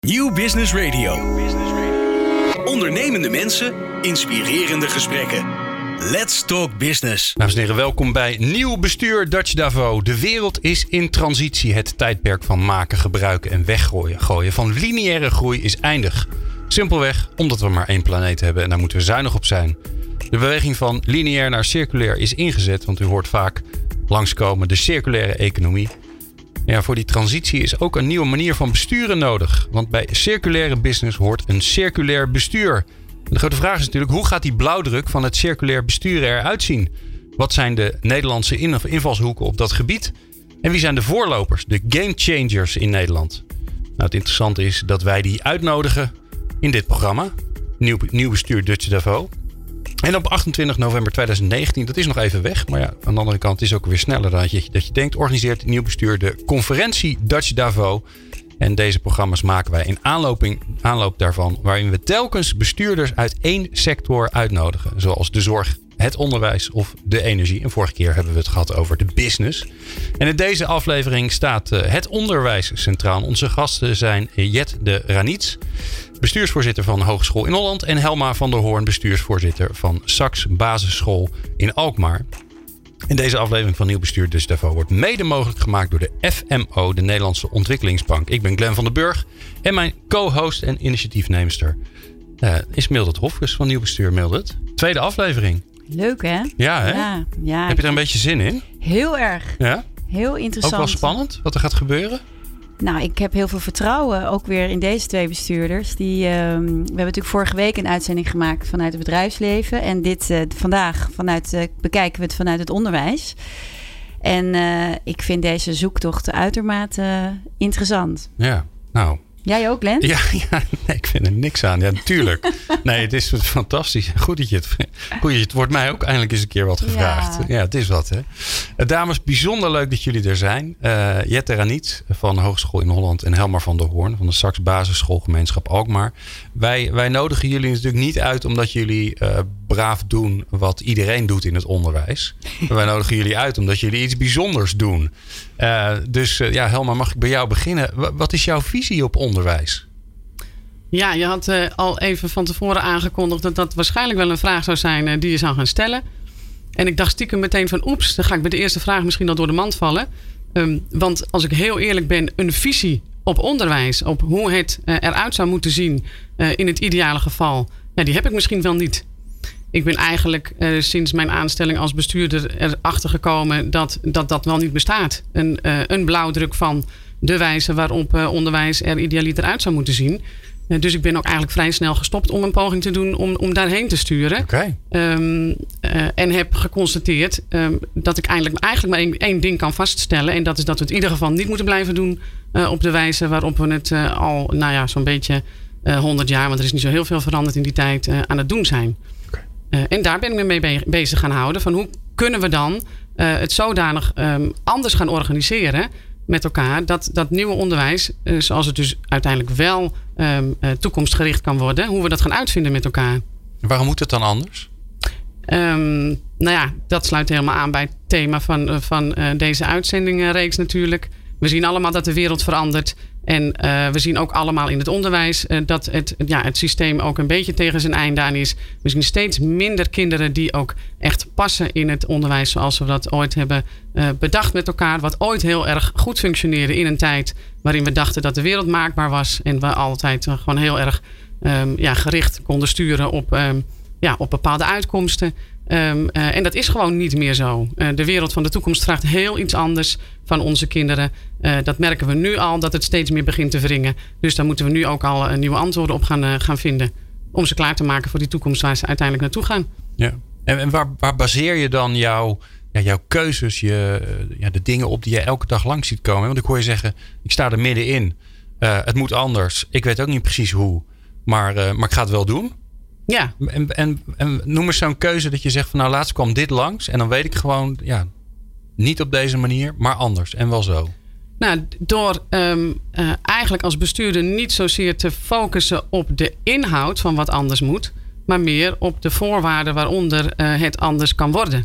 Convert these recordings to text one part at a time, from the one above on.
Nieuw Business Radio. Ondernemende mensen, inspirerende gesprekken. Let's talk business. Dames en heren, welkom bij Nieuw Bestuur Dutch Davos. De wereld is in transitie. Het tijdperk van maken, gebruiken en weggooien van lineaire groei is eindig. Simpelweg omdat we maar één planeet hebben en daar moeten we zuinig op zijn. De beweging van lineair naar circulair is ingezet, want u hoort vaak langskomen de circulaire economie. Ja, voor die transitie is ook een nieuwe manier van besturen nodig. Want bij circulaire business hoort een circulair bestuur. En de grote vraag is natuurlijk, hoe gaat die blauwdruk van het circulair bestuur eruit zien? Wat zijn de Nederlandse invalshoeken op dat gebied? En wie zijn de voorlopers, de game changers in Nederland? Nou, het interessante is dat wij die uitnodigen in dit programma. Nieuw Bestuur Dutch Davos. En op 28 november 2019, dat is nog even weg. Maar ja, aan de andere kant is het ook weer sneller dan dat je denkt. Organiseert Nieuw Bestuur de conferentie Dutch Davos. En deze programma's maken wij in aanloop daarvan. Waarin we telkens bestuurders uit één sector uitnodigen. Zoals de zorg, het onderwijs of de energie. En vorige keer hebben we het gehad over de business. En in deze aflevering staat het onderwijs centraal. Onze gasten zijn Jet de Ranits, bestuursvoorzitter van Hogeschool in Holland. En Helma van der Hoorn, bestuursvoorzitter van Sax Basisschool in Alkmaar. In deze aflevering van Nieuw Bestuur Dutch Davos wordt mede mogelijk gemaakt door de FMO, de Nederlandse Ontwikkelingsbank. Ik ben Glenn van den Burg en mijn co-host en initiatiefneemster is Mildred Hofkes van Nieuw Bestuur. Mildred, tweede aflevering. Leuk hè? Ja, hè? Ja. Heb je er een beetje zin in? Heel erg. Ja? Heel interessant. Ook wel spannend wat er gaat gebeuren? Nou, ik heb heel veel vertrouwen ook weer in deze twee bestuurders. We hebben natuurlijk vorige week een uitzending gemaakt vanuit het bedrijfsleven. En vandaag bekijken we het vanuit het onderwijs. En ik vind deze zoektocht uitermate interessant. Ja, nou. Jij ook, Glenn? Ja, nee, ik vind er niks aan. Ja, natuurlijk. Nee, het is fantastisch. Goed dat je het wordt mij ook eindelijk eens een keer wat gevraagd. Ja, het is wat, hè. Dames, bijzonder leuk dat jullie er zijn. Jet de Ranits van Hogeschool in Holland en Helma van der Hoorn van de Sax Basisschoolgemeenschap Alkmaar. Wij nodigen jullie natuurlijk niet uit omdat jullie braaf doen wat iedereen doet in het onderwijs. Wij nodigen jullie uit omdat jullie iets bijzonders doen. Dus Helma, mag ik bij jou beginnen? Wat is jouw visie op onderwijs? Ja, je had al even van tevoren aangekondigd dat dat waarschijnlijk wel een vraag zou zijn die je zou gaan stellen. En ik dacht stiekem meteen van oeps, dan ga ik bij de eerste vraag misschien al door de mand vallen. Want als ik heel eerlijk ben, een visie op onderwijs, op hoe het eruit zou moeten zien in het ideale geval, die heb ik misschien wel niet. Ik ben eigenlijk sinds mijn aanstelling als bestuurder erachter gekomen dat wel niet bestaat. Een blauwdruk van de wijze waarop onderwijs er idealiter uit zou moeten zien. Dus ik ben ook eigenlijk vrij snel gestopt om een poging te doen om daarheen te sturen. Okay. En heb geconstateerd dat ik eigenlijk maar één ding kan vaststellen. En dat is dat we het in ieder geval niet moeten blijven doen op de wijze waarop we het al zo'n beetje 100 jaar, want er is niet zo heel veel veranderd in die tijd, aan het doen zijn. En daar ben ik me mee bezig gaan houden. Van hoe kunnen we dan het zodanig anders gaan organiseren met elkaar. Dat nieuwe onderwijs, zoals het dus uiteindelijk wel toekomstgericht kan worden. Hoe we dat gaan uitvinden met elkaar. Waarom moet het dan anders? Dat sluit helemaal aan bij het thema van deze uitzendingreeks natuurlijk. We zien allemaal dat de wereld verandert. En we zien ook allemaal in het onderwijs dat het systeem ook een beetje tegen zijn einde aan is. We zien steeds minder kinderen die ook echt passen in het onderwijs zoals we dat ooit hebben bedacht met elkaar. Wat ooit heel erg goed functioneerde in een tijd waarin we dachten dat de wereld maakbaar was. En we altijd gewoon heel erg gericht konden sturen op bepaalde uitkomsten. En dat is gewoon niet meer zo. De wereld van de toekomst vraagt heel iets anders van onze kinderen. Dat merken we nu al, dat het steeds meer begint te wringen. Dus daar moeten we nu ook al nieuwe antwoorden op gaan vinden. Om ze klaar te maken voor die toekomst waar ze uiteindelijk naartoe gaan. Ja. En waar baseer je dan jouw keuzes, de dingen op die je elke dag langs ziet komen? Want ik hoor je zeggen, ik sta er middenin. Het moet anders. Ik weet ook niet precies hoe. Maar ik ga het wel doen. Ja. En noem eens zo'n keuze dat je zegt van laatst kwam dit langs. En dan weet ik gewoon, niet op deze manier, maar anders. En wel zo. Nou, door eigenlijk als bestuurder niet zozeer te focussen op de inhoud van wat anders moet. Maar meer op de voorwaarden waaronder het anders kan worden.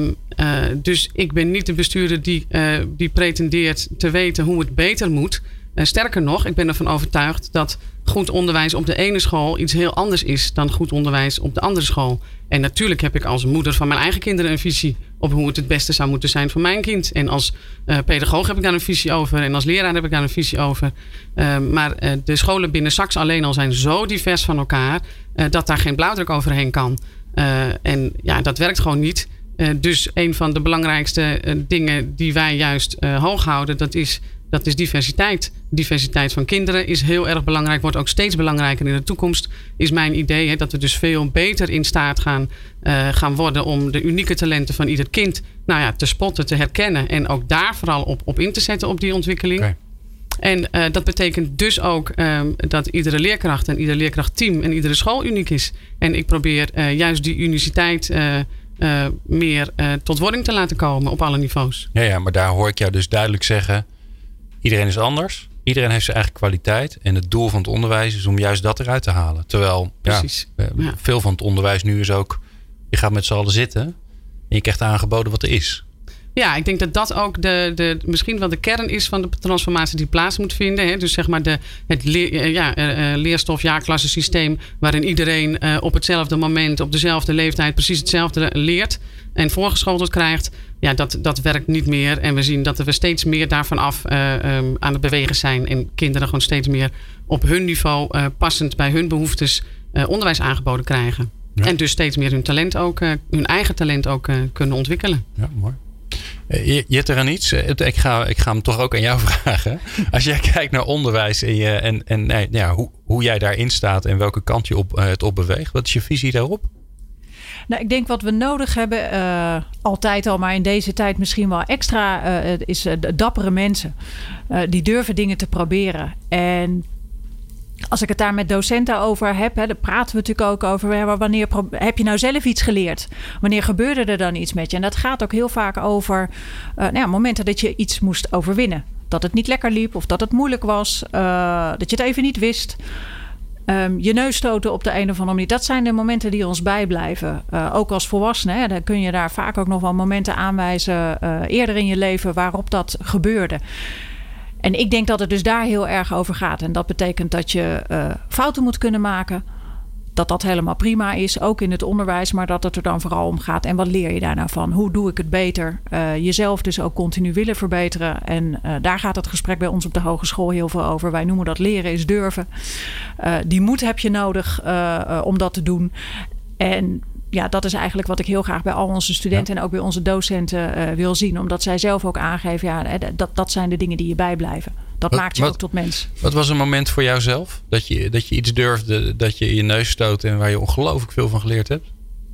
Dus ik ben niet de bestuurder die pretendeert te weten hoe het beter moet. Sterker nog, ik ben ervan overtuigd dat goed onderwijs op de ene school iets heel anders is dan goed onderwijs op de andere school. En natuurlijk heb ik als moeder van mijn eigen kinderen een visie op hoe het beste zou moeten zijn voor mijn kind. En als pedagoog heb ik daar een visie over. En als leraar heb ik daar een visie over. Maar de scholen binnen Sax alleen al zijn zo divers van elkaar dat daar geen blauwdruk overheen kan. En ja, dat werkt gewoon niet. Dus een van de belangrijkste dingen die wij juist hoog houden, dat is diversiteit. Diversiteit van kinderen is heel erg belangrijk. Wordt ook steeds belangrijker in de toekomst. Is mijn idee dat we dus veel beter in staat gaan worden om de unieke talenten van ieder kind te spotten, te herkennen. En ook daar vooral op in te zetten op die ontwikkeling. Okay. En dat betekent dus ook dat iedere leerkracht en ieder leerkrachtteam en iedere school uniek is. En ik probeer juist die uniciteit meer tot wording te laten komen op alle niveaus. Ja, maar daar hoor ik jou dus duidelijk zeggen, iedereen is anders. Iedereen heeft zijn eigen kwaliteit. En het doel van het onderwijs is om juist dat eruit te halen. Terwijl veel van het onderwijs nu is ook, je gaat met z'n allen zitten en je krijgt aangeboden wat er is. Ja, ik denk dat dat ook misschien wel de kern is van de transformatie die plaats moet vinden. Hè? Dus zeg maar het leerstof-jaarklassensysteem waarin iedereen op hetzelfde moment, op dezelfde leeftijd precies hetzelfde leert en voorgeschoteld krijgt. Ja, dat werkt niet meer. En we zien dat we steeds meer daarvan af aan het bewegen zijn. En kinderen gewoon steeds meer op hun niveau, passend bij hun behoeftes, onderwijs aangeboden krijgen. Ja. En dus steeds meer hun eigen talent ook kunnen ontwikkelen. Ja, mooi. Jette Ranits, ik ga hem toch ook aan jou vragen. Als jij kijkt naar onderwijs hoe jij daarin staat en welke kant je het op beweegt, wat is je visie daarop? Nou, ik denk wat we nodig hebben, altijd al, maar in deze tijd misschien wel extra, is dappere mensen. Die durven dingen te proberen. En als ik het daar met docenten over heb, daar praten we natuurlijk ook over. Wanneer heb je nou zelf iets geleerd? Wanneer gebeurde er dan iets met je? En dat gaat ook heel vaak over momenten dat je iets moest overwinnen. Dat het niet lekker liep of dat het moeilijk was. Dat je het even niet wist. Je neus stoten op de een of andere manier. Dat zijn de momenten die ons bijblijven. Ook als volwassene. Dan kun je daar vaak ook nog wel momenten aanwijzen eerder in je leven waarop dat gebeurde. En ik denk dat het dus daar heel erg over gaat. En dat betekent dat je fouten moet kunnen maken. Dat helemaal prima is, ook in het onderwijs. Maar dat het er dan vooral om gaat. En wat leer je daar nou van? Hoe doe ik het beter? Jezelf dus ook continu willen verbeteren. En daar gaat het gesprek bij ons op de hogeschool heel veel over. Wij noemen dat leren is durven. Die moed heb je nodig om dat te doen. En ja, dat is eigenlijk wat ik heel graag bij al onze studenten en ook bij onze docenten wil zien. Omdat zij zelf ook aangeven, dat zijn de dingen die je bijblijven. Dat maakt je ook tot mens. Wat was een moment voor jouzelf? Dat je iets durfde, dat je in je neus stoot en waar je ongelooflijk veel van geleerd hebt?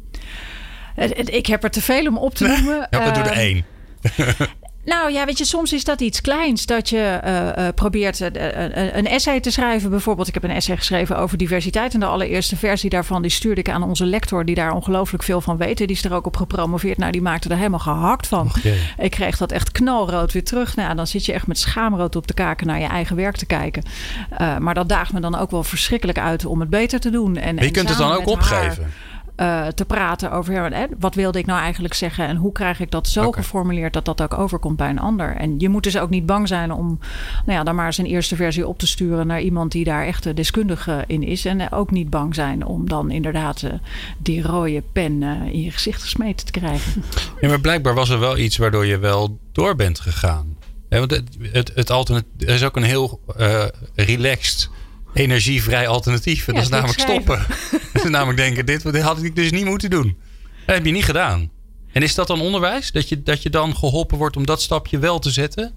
Ik heb er te veel om op te noemen. Ja, maar doe er één. Nou ja, weet je, soms is dat iets kleins. Dat je probeert een essay te schrijven. Bijvoorbeeld, ik heb een essay geschreven over diversiteit. En de allereerste versie daarvan, die stuurde ik aan onze lector, die daar ongelooflijk veel van weet. Die is er ook op gepromoveerd. Nou, die maakte er helemaal gehakt van. Ik kreeg dat echt knalrood weer terug. Nou, dan zit je echt met schaamrood op de kaken naar je eigen werk te kijken. Maar dat daagt me dan ook wel verschrikkelijk uit om het beter te doen. En je kunt het dan ook opgeven. Te praten over wat wilde ik nou eigenlijk zeggen en hoe krijg ik dat zo geformuleerd dat dat ook overkomt bij een ander. En je moet dus ook niet bang zijn om dan maar zijn eerste versie op te sturen naar iemand die daar echt deskundige in is. En ook niet bang zijn om dan inderdaad die rode pen in je gezicht gesmeten te krijgen. Ja, maar blijkbaar was er wel iets waardoor je wel door bent gegaan. Want het alternatief is ook een heel relaxed, energievrij alternatief. En dat is namelijk stoppen. Dat is namelijk denken, dit had ik dus niet moeten doen. Dat heb je niet gedaan. En is dat dan onderwijs? Dat je dan geholpen wordt om dat stapje wel te zetten?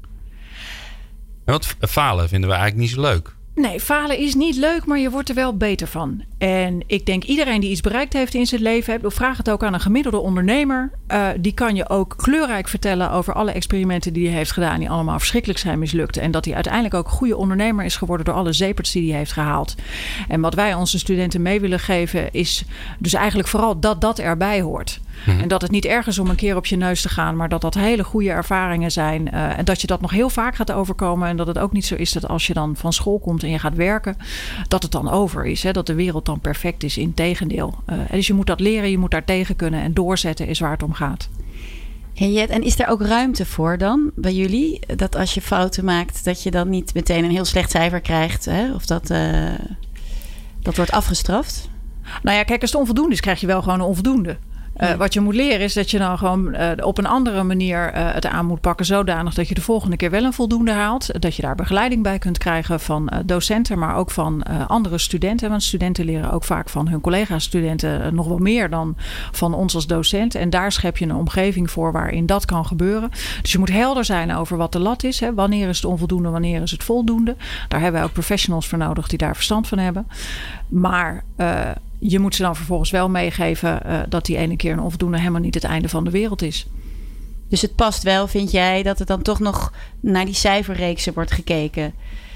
Want falen vinden we eigenlijk niet zo leuk. Nee, falen is niet leuk, maar je wordt er wel beter van. En ik denk iedereen die iets bereikt heeft in zijn leven, vraag het ook aan een gemiddelde ondernemer. Die kan je ook kleurrijk vertellen over alle experimenten die hij heeft gedaan, die allemaal verschrikkelijk zijn mislukt. En dat hij uiteindelijk ook een goede ondernemer is geworden door alle zeeperts die hij heeft gehaald. En wat wij onze studenten mee willen geven is dus eigenlijk vooral dat erbij hoort. Mm-hmm. En dat het niet erg is om een keer op je neus te gaan, maar dat hele goede ervaringen zijn. En dat je dat nog heel vaak gaat overkomen. En dat het ook niet zo is dat als je dan van school komt en je gaat werken, dat het dan over is. Hè? Dat de wereld dan perfect is. Integendeel. Dus je moet dat leren, je moet daar tegen kunnen. En doorzetten is waar het om gaat. En is daar ook ruimte voor dan bij jullie? Dat als je fouten maakt, dat je dan niet meteen een heel slecht cijfer krijgt? Hè? Of dat wordt afgestraft? Nou ja, kijk, als het onvoldoende is, krijg je wel gewoon een onvoldoende. Wat je moet leren is dat je dan gewoon op een andere manier het aan moet pakken. Zodanig dat je de volgende keer wel een voldoende haalt. Dat je daar begeleiding bij kunt krijgen van docenten, maar ook van andere studenten. Want studenten leren ook vaak van hun collega-studenten nog wel meer dan van ons als docent. En daar schep je een omgeving voor waarin dat kan gebeuren. Dus je moet helder zijn over wat de lat is. Hè. Wanneer is het onvoldoende, wanneer is het voldoende. Daar hebben wij ook professionals voor nodig die daar verstand van hebben. Maar je moet ze dan vervolgens wel meegeven dat die ene keer een onvoldoende helemaal niet het einde van de wereld is. Dus het past wel, vind jij, dat het dan toch nog naar die cijferreeksen wordt gekeken?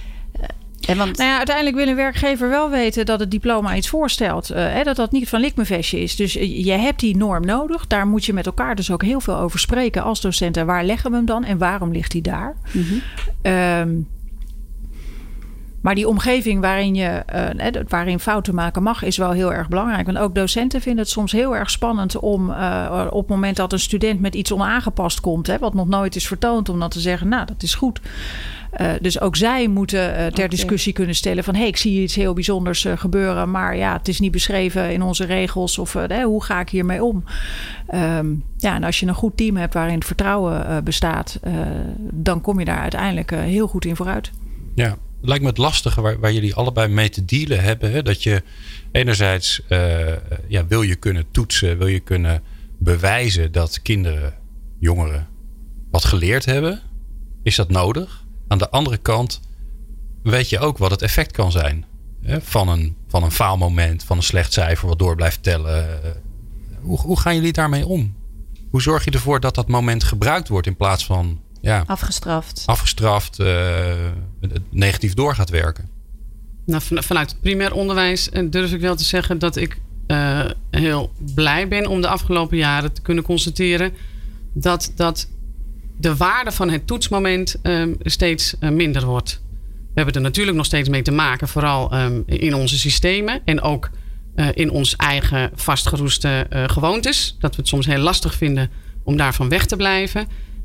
Nou ja, uiteindelijk wil een werkgever wel weten dat het diploma iets voorstelt. Dat dat niet van likmevestje is. Dus je hebt die norm nodig. Daar moet je met elkaar dus ook heel veel over spreken als docenten. Waar leggen we hem dan en waarom ligt hij daar? Mm-hmm. Maar die omgeving waarin fouten maken mag, is wel heel erg belangrijk. Want ook docenten vinden het soms heel erg spannend om op het moment dat een student met iets onaangepast komt, wat nog nooit is vertoond, om dan te zeggen, nou, dat is goed. Dus ook zij moeten ter discussie kunnen stellen van, ik zie iets heel bijzonders gebeuren, maar ja, het is niet beschreven in onze regels of hoe ga ik hiermee om? En als je een goed team hebt waarin het vertrouwen bestaat, dan kom je daar uiteindelijk heel goed in vooruit. Ja. Het lijkt me het lastige waar jullie allebei mee te dealen hebben. Hè? Dat je enerzijds wil je kunnen toetsen, wil je kunnen bewijzen dat kinderen, jongeren wat geleerd hebben. Is dat nodig? Aan de andere kant weet je ook wat het effect kan zijn. Hè? Van een faalmoment, van een slecht cijfer wat door blijft tellen. Hoe gaan jullie daarmee om? Hoe zorg je ervoor dat dat moment gebruikt wordt in plaats van afgestraft, negatief door gaat werken? Nou, vanuit het primair onderwijs durf ik wel te zeggen dat ik heel blij ben om de afgelopen jaren te kunnen constateren dat de waarde van het toetsmoment steeds minder wordt. We hebben er natuurlijk nog steeds mee te maken, vooral in onze systemen en ook in ons eigen vastgeroeste gewoontes. Dat we het soms heel lastig vinden om daarvan weg te blijven.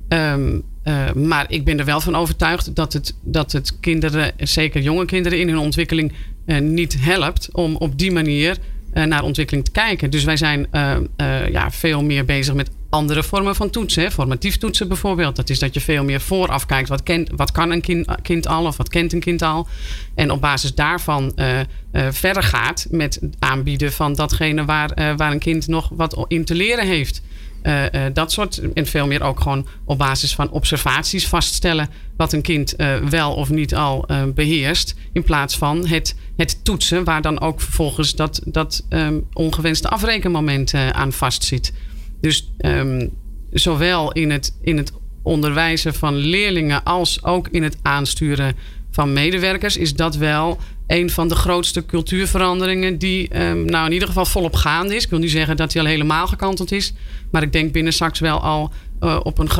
Maar ik ben er wel van overtuigd dat het kinderen, zeker jonge kinderen in hun ontwikkeling, niet helpt om op die manier naar ontwikkeling te kijken. Dus wij zijn veel meer bezig met andere vormen van toetsen. Hè. Formatief toetsen bijvoorbeeld. Dat is dat je veel meer vooraf kijkt. Wat kan een kind al of wat kent een kind al? En op basis daarvan verder gaat met het aanbieden van datgene waar een kind nog wat in te leren heeft. Dat soort, en veel meer ook gewoon op basis van observaties vaststellen wat een kind wel of niet al beheerst. In plaats van het toetsen waar dan ook vervolgens dat ongewenste afrekenmoment aan vastzit. Dus zowel in het onderwijzen van leerlingen als ook in het aansturen van medewerkers is dat wel een van de grootste cultuurveranderingen die in ieder geval volop gaande is. Ik wil niet zeggen dat die al helemaal gekanteld is. Maar ik denk binnen straks wel al op een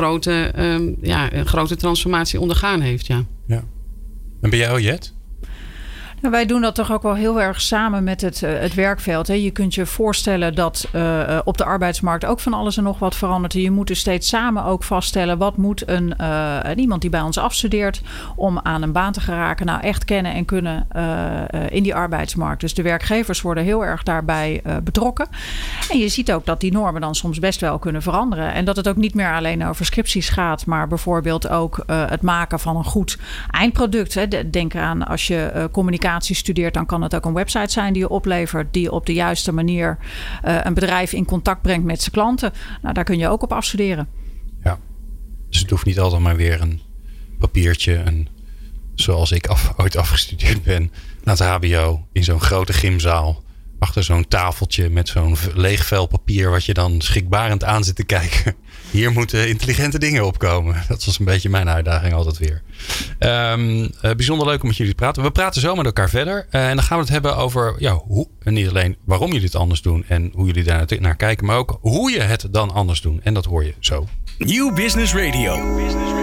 grote transformatie ondergaan heeft. Ja. En bij jou, Jet? Nou, wij doen dat toch ook wel heel erg samen met het werkveld. Hè. Je kunt je voorstellen dat op de arbeidsmarkt ook van alles en nog wat verandert. Je moet dus steeds samen ook vaststellen wat moet iemand die bij ons afstudeert om aan een baan te geraken, nou echt kennen en kunnen in die arbeidsmarkt. Dus de werkgevers worden heel erg daarbij betrokken. En je ziet ook dat die normen dan soms best wel kunnen veranderen. En dat het ook niet meer alleen over scripties gaat, maar bijvoorbeeld ook het maken van een goed eindproduct. Hè. Denk eraan als je communicatie studeert, dan kan het ook een website zijn die je oplevert, die op de juiste manier een bedrijf in contact brengt met zijn klanten. Nou, daar kun je ook op afstuderen. Ja, dus het hoeft niet altijd maar weer een papiertje, zoals ik ooit afgestudeerd ben, naar het HBO, in zo'n grote gymzaal, achter zo'n tafeltje met zo'n leeg vel papier wat je dan schrikbarend aan zit te kijken. Hier moeten intelligente dingen opkomen. Dat was een beetje mijn uitdaging altijd weer. Bijzonder leuk om met jullie te praten. We praten zo met elkaar verder. En dan gaan we het hebben over hoe, en niet alleen waarom jullie het anders doen en hoe jullie daar naar kijken, maar ook hoe je het dan anders doet. En dat hoor je zo. Nieuw Business Radio.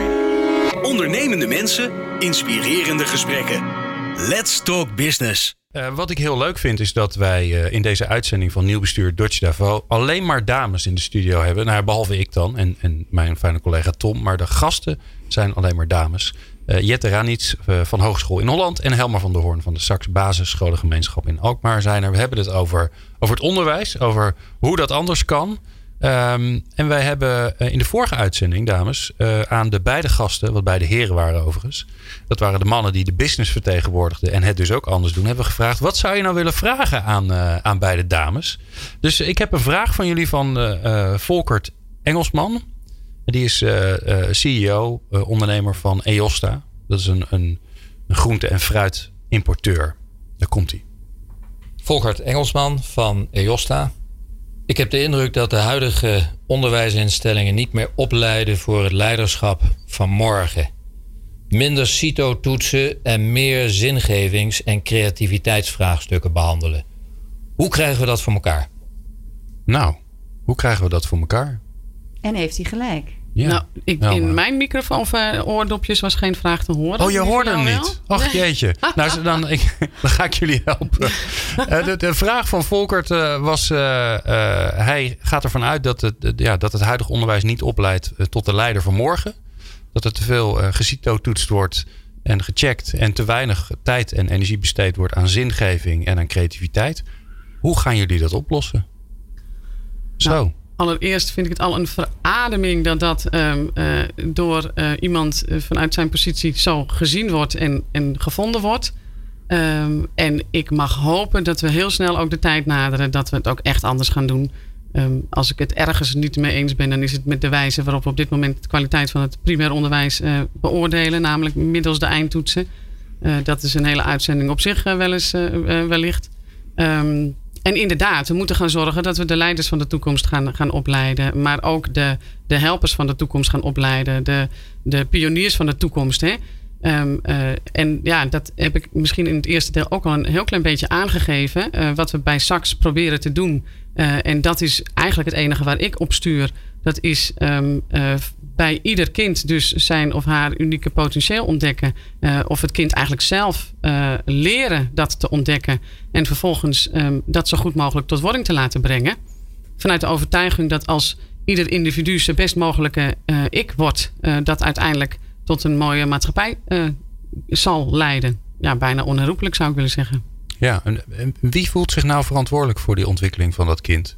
Ondernemende mensen, inspirerende gesprekken. Let's Talk Business. Wat ik heel leuk vind is dat wij in deze uitzending van Nieuw Bestuur Dutch Davos alleen maar dames in de studio hebben. Nou, behalve ik dan en mijn fijne collega Tom. Maar de gasten zijn alleen maar dames. Jette Ranits van Hogeschool in Holland en Helma van der Hoorn van de Sax Basisscholengemeenschap in Alkmaar zijn er. We hebben het over het onderwijs, over hoe dat anders kan. En wij hebben in de vorige uitzending, dames, aan de beide gasten, wat beide heren waren overigens. Dat waren de mannen die de business vertegenwoordigden en het dus ook anders doen. Hebben we gevraagd, wat zou je nou willen vragen aan beide dames? Dus ik heb een vraag van jullie van Volkert Engelsman. Die is CEO, ondernemer van EOSTA. Dat is een groente- en fruitimporteur. Daar komt hij. Volkert Engelsman van EOSTA. Ik heb de indruk dat de huidige onderwijsinstellingen niet meer opleiden voor het leiderschap van morgen. Minder CITO-toetsen en meer zingevings- en creativiteitsvraagstukken behandelen. Hoe krijgen we dat voor elkaar? Nou, hoe krijgen we dat voor elkaar? En heeft hij gelijk? Ja. Nou, in mijn microfoon of oordopjes was geen vraag te horen. Oh, je hoorde hem niet? Ach, jeetje. Nou, dan ga ik jullie helpen. De vraag van Volkert was... hij gaat ervan uit dat het huidige onderwijs niet opleidt tot de leider van morgen. Dat er te veel gecito-toetst wordt en gecheckt. En te weinig tijd en energie besteed wordt aan zingeving en aan creativiteit. Hoe gaan jullie dat oplossen? Zo. Allereerst vind ik het al een verademing dat door iemand vanuit zijn positie zo gezien wordt en gevonden wordt. En ik mag hopen dat we heel snel ook de tijd naderen dat we het ook echt anders gaan doen. Als ik het ergens niet mee eens ben, dan is het met de wijze waarop we op dit moment de kwaliteit van het primair onderwijs beoordelen. Namelijk middels de eindtoetsen. Dat is een hele uitzending op zich wel eens wellicht. En inderdaad, we moeten gaan zorgen dat we de leiders van de toekomst gaan opleiden. Maar ook de helpers van de toekomst gaan opleiden. De pioniers van de toekomst. Hè? En ja, dat heb ik misschien in het eerste deel ook al een heel klein beetje aangegeven. Wat we bij Sax proberen te doen. En dat is eigenlijk het enige waar ik op stuur. Dat is bij ieder kind dus zijn of haar unieke potentieel ontdekken. Of het kind eigenlijk zelf leren dat te ontdekken. En vervolgens dat zo goed mogelijk tot wording te laten brengen. Vanuit de overtuiging dat als ieder individu zijn best mogelijke ik wordt. Dat uiteindelijk tot een mooie maatschappij zal leiden. Ja, bijna onherroepelijk zou ik willen zeggen. Ja, en wie voelt zich nou verantwoordelijk voor die ontwikkeling van dat kind?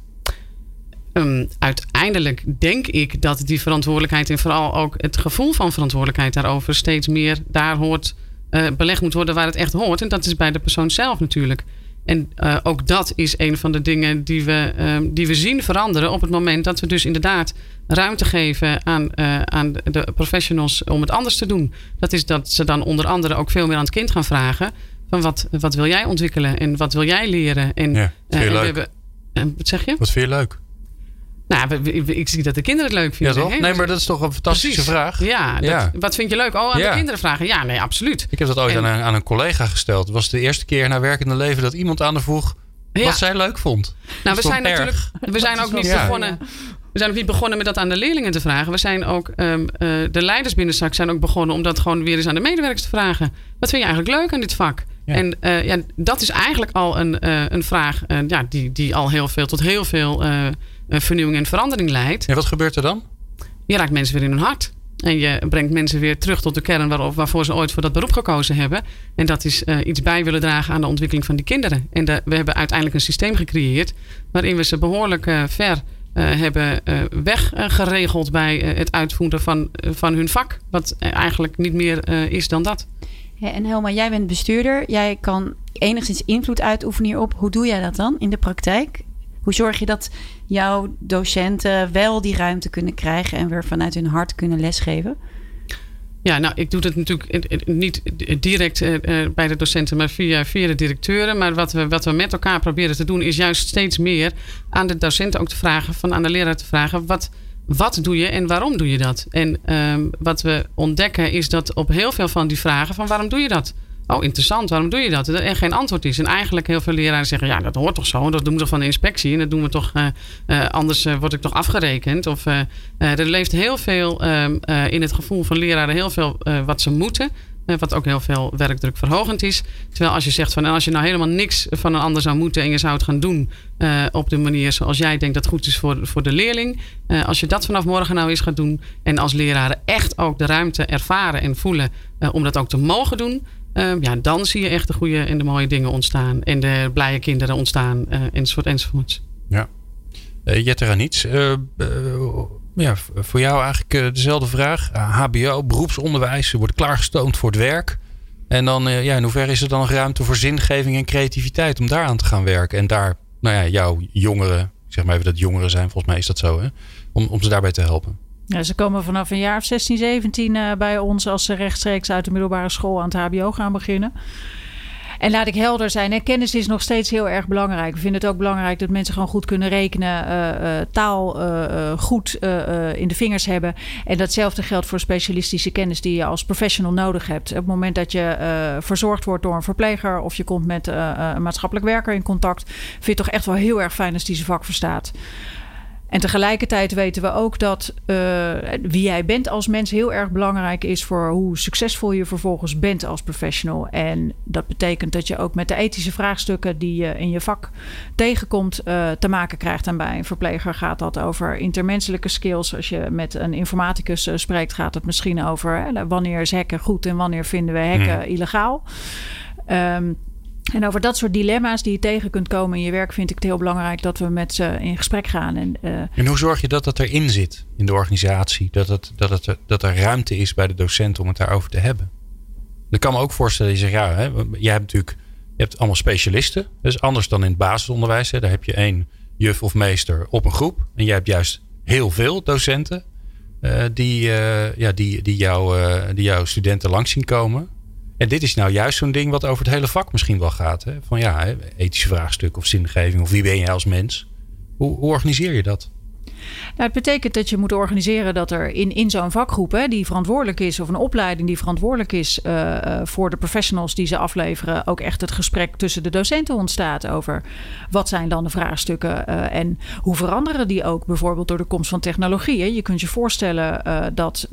Uiteindelijk denk ik dat die verantwoordelijkheid en vooral ook het gevoel van verantwoordelijkheid daarover steeds meer daar belegd moet worden waar het echt hoort. En dat is bij de persoon zelf natuurlijk. En ook dat is een van de dingen die we zien veranderen op het moment dat we dus inderdaad ruimte geven aan de professionals om het anders te doen. Dat is dat ze dan onder andere ook veel meer aan het kind gaan vragen van wat wil jij ontwikkelen en wat wil jij leren? En, ja, vind je leuk? Wat zeg je? Wat vind je leuk? Nou, ik zie dat de kinderen het leuk vinden. Ja, toch? Hè? Nee, maar dat is toch een fantastische vraag? Ja, wat vind je leuk? Oh, aan de kinderen vragen. Ja, nee, absoluut. Ik heb dat ooit aan een collega gesteld. Het was de eerste keer in haar werkende leven dat iemand aan haar vroeg wat zij leuk vond. Nou, we zijn ook niet begonnen met dat aan de leerlingen te vragen. We zijn ook, de leiders binnen Sax zijn ook begonnen om dat gewoon weer eens aan de medewerkers te vragen. Wat vind je eigenlijk leuk aan dit vak? Ja. En dat is eigenlijk al een vraag die al tot heel veel vernieuwing en verandering leidt. En wat gebeurt er dan? Je raakt mensen weer in hun hart. En je brengt mensen weer terug tot de kern waarvoor ze ooit voor dat beroep gekozen hebben. En dat is iets bij willen dragen aan de ontwikkeling van die kinderen. En we hebben uiteindelijk een systeem gecreëerd waarin we ze behoorlijk ver hebben weggeregeld bij het uitvoeren van hun vak. Wat eigenlijk niet meer is dan dat. Ja, en Helma, jij bent bestuurder. Jij kan enigszins invloed uitoefenen hierop. Hoe doe jij dat dan in de praktijk? Hoe zorg je dat jouw docenten wel die ruimte kunnen krijgen en weer vanuit hun hart kunnen lesgeven? Ja, nou, ik doe dat natuurlijk niet direct bij de docenten, maar via de directeuren. Maar wat we met elkaar proberen te doen, is juist steeds meer aan de docenten ook te vragen, aan de leraar te vragen, wat doe je en waarom doe je dat? En wat we ontdekken is dat op heel veel van die vragen van waarom doe je dat? Oh, interessant, waarom doe je dat? Dat er geen antwoord is. En eigenlijk heel veel leraren zeggen, ja, dat hoort toch zo. Dat doen we toch van de inspectie. En dat doen we toch, anders word ik toch afgerekend. Er leeft heel veel in het gevoel van leraren, heel veel wat ze moeten. Wat ook heel veel werkdrukverhogend is. Terwijl als je zegt van als je nou helemaal niks van een ander zou moeten en je zou het gaan doen op de manier zoals jij denkt dat goed is voor de leerling. Als je dat vanaf morgen nou eens gaat doen en als leraren echt ook de ruimte ervaren en voelen om dat ook te mogen doen. Dan zie je echt de goede en de mooie dingen ontstaan. En de blije kinderen ontstaan enzovoorts. Ja. Jette Ranits, voor jou eigenlijk dezelfde vraag. HBO, beroepsonderwijs, ze worden klaargestoomd voor het werk. En dan, in hoeverre is er dan nog ruimte voor zingeving en creativiteit om daaraan te gaan werken? En daar, jouw jongeren, zeg maar even dat jongeren zijn, volgens mij is dat zo, hè? Om ze daarbij te helpen. Ja, ze komen vanaf een jaar of 16, 17 bij ons als ze rechtstreeks uit de middelbare school aan het HBO gaan beginnen. En laat ik helder zijn, kennis is nog steeds heel erg belangrijk. We vinden het ook belangrijk dat mensen gewoon goed kunnen rekenen, taal goed in de vingers hebben. En datzelfde geldt voor specialistische kennis die je als professional nodig hebt. Op het moment dat je verzorgd wordt door een verpleger of je komt met een maatschappelijk werker in contact, vind je het toch echt wel heel erg fijn als die zijn vak verstaat. En tegelijkertijd weten we ook dat wie jij bent als mens heel erg belangrijk is voor hoe succesvol je vervolgens bent als professional. En dat betekent dat je ook met de ethische vraagstukken die je in je vak tegenkomt te maken krijgt. En bij een verpleger gaat dat over intermenselijke skills. Als je met een informaticus spreekt gaat het misschien over wanneer is hacken goed en wanneer vinden we hacken illegaal. En over dat soort dilemma's die je tegen kunt komen in je werk vind ik het heel belangrijk dat we met ze in gesprek gaan. En hoe zorg je dat dat erin zit in de organisatie? Dat er ruimte is bij de docenten om het daarover te hebben? Ik kan me ook voorstellen, je zegt je hebt allemaal specialisten. Dat is anders dan in het basisonderwijs. Hè. Daar heb je 1 juf of meester op een groep. En jij hebt juist heel veel docenten die jouw studenten langs zien komen. En dit is nou juist zo'n ding wat over het hele vak misschien wel gaat. Hè? Van ethische vraagstukken of zingeving of wie ben je als mens? Hoe organiseer je dat? Nou, het betekent dat je moet organiseren dat er in zo'n vakgroep die verantwoordelijk is of een opleiding die verantwoordelijk is voor de professionals die ze afleveren, ook echt het gesprek tussen de docenten ontstaat over wat zijn dan de vraagstukken en hoe veranderen die ook bijvoorbeeld door de komst van technologie. Hè? Je kunt je voorstellen dat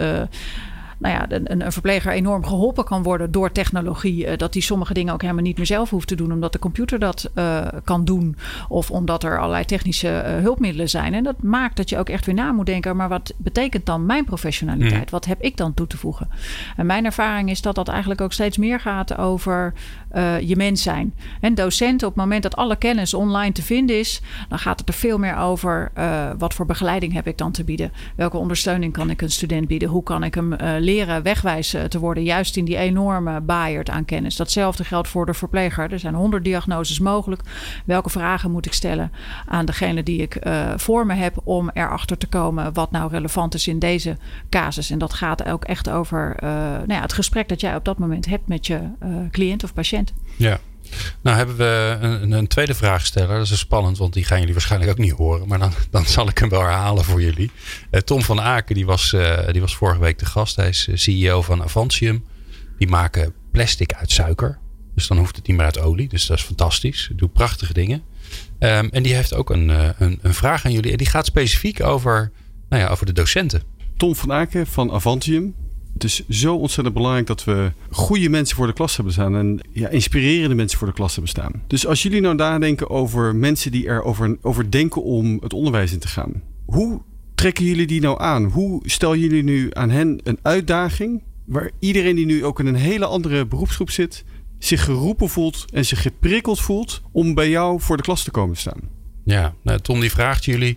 een verpleger enorm geholpen kan worden door technologie. Dat die sommige dingen ook helemaal niet meer zelf hoeft te doen. Omdat de computer dat kan doen. Of omdat er allerlei technische hulpmiddelen zijn. En dat maakt dat je ook echt weer na moet denken. Maar wat betekent dan mijn professionaliteit? Wat heb ik dan toe te voegen? En mijn ervaring is dat dat eigenlijk ook steeds meer gaat over je mens zijn. En docenten, op het moment dat alle kennis online te vinden is, dan gaat het er veel meer over wat voor begeleiding heb ik dan te bieden? Welke ondersteuning kan ik een student bieden? Hoe kan ik hem leren wegwijs te worden, juist in die enorme baaierd aan kennis. Datzelfde geldt voor de verpleger. Er zijn 100 diagnoses mogelijk. Welke vragen moet ik stellen aan degene die ik voor me heb om erachter te komen wat nou relevant is in deze casus? En dat gaat ook echt over het gesprek dat jij op dat moment hebt met je cliënt of patiënt. Ja. Nou hebben we een tweede vraagsteller. Dat is spannend, want die gaan jullie waarschijnlijk ook niet horen. Maar dan zal ik hem wel herhalen voor jullie. Tom van Aken, die was vorige week de gast. Hij is CEO van Avantium. Die maken plastic uit suiker. Dus dan hoeft het niet meer uit olie. Dus dat is fantastisch. Hij doet prachtige dingen. En die heeft ook een vraag aan jullie. En die gaat specifiek over de docenten. Tom van Aken van Avantium. Het is zo ontzettend belangrijk dat we goede mensen voor de klas hebben staan. En inspirerende mensen voor de klas hebben staan. Dus als jullie nou nadenken over mensen die erover denken om het onderwijs in te gaan. Hoe trekken jullie die nou aan? Hoe stel jullie nu aan hen een uitdaging waar iedereen die nu ook in een hele andere beroepsgroep zit, zich geroepen voelt en zich geprikkeld voelt om bij jou voor de klas te komen staan? Ja, Tom die vraagt jullie.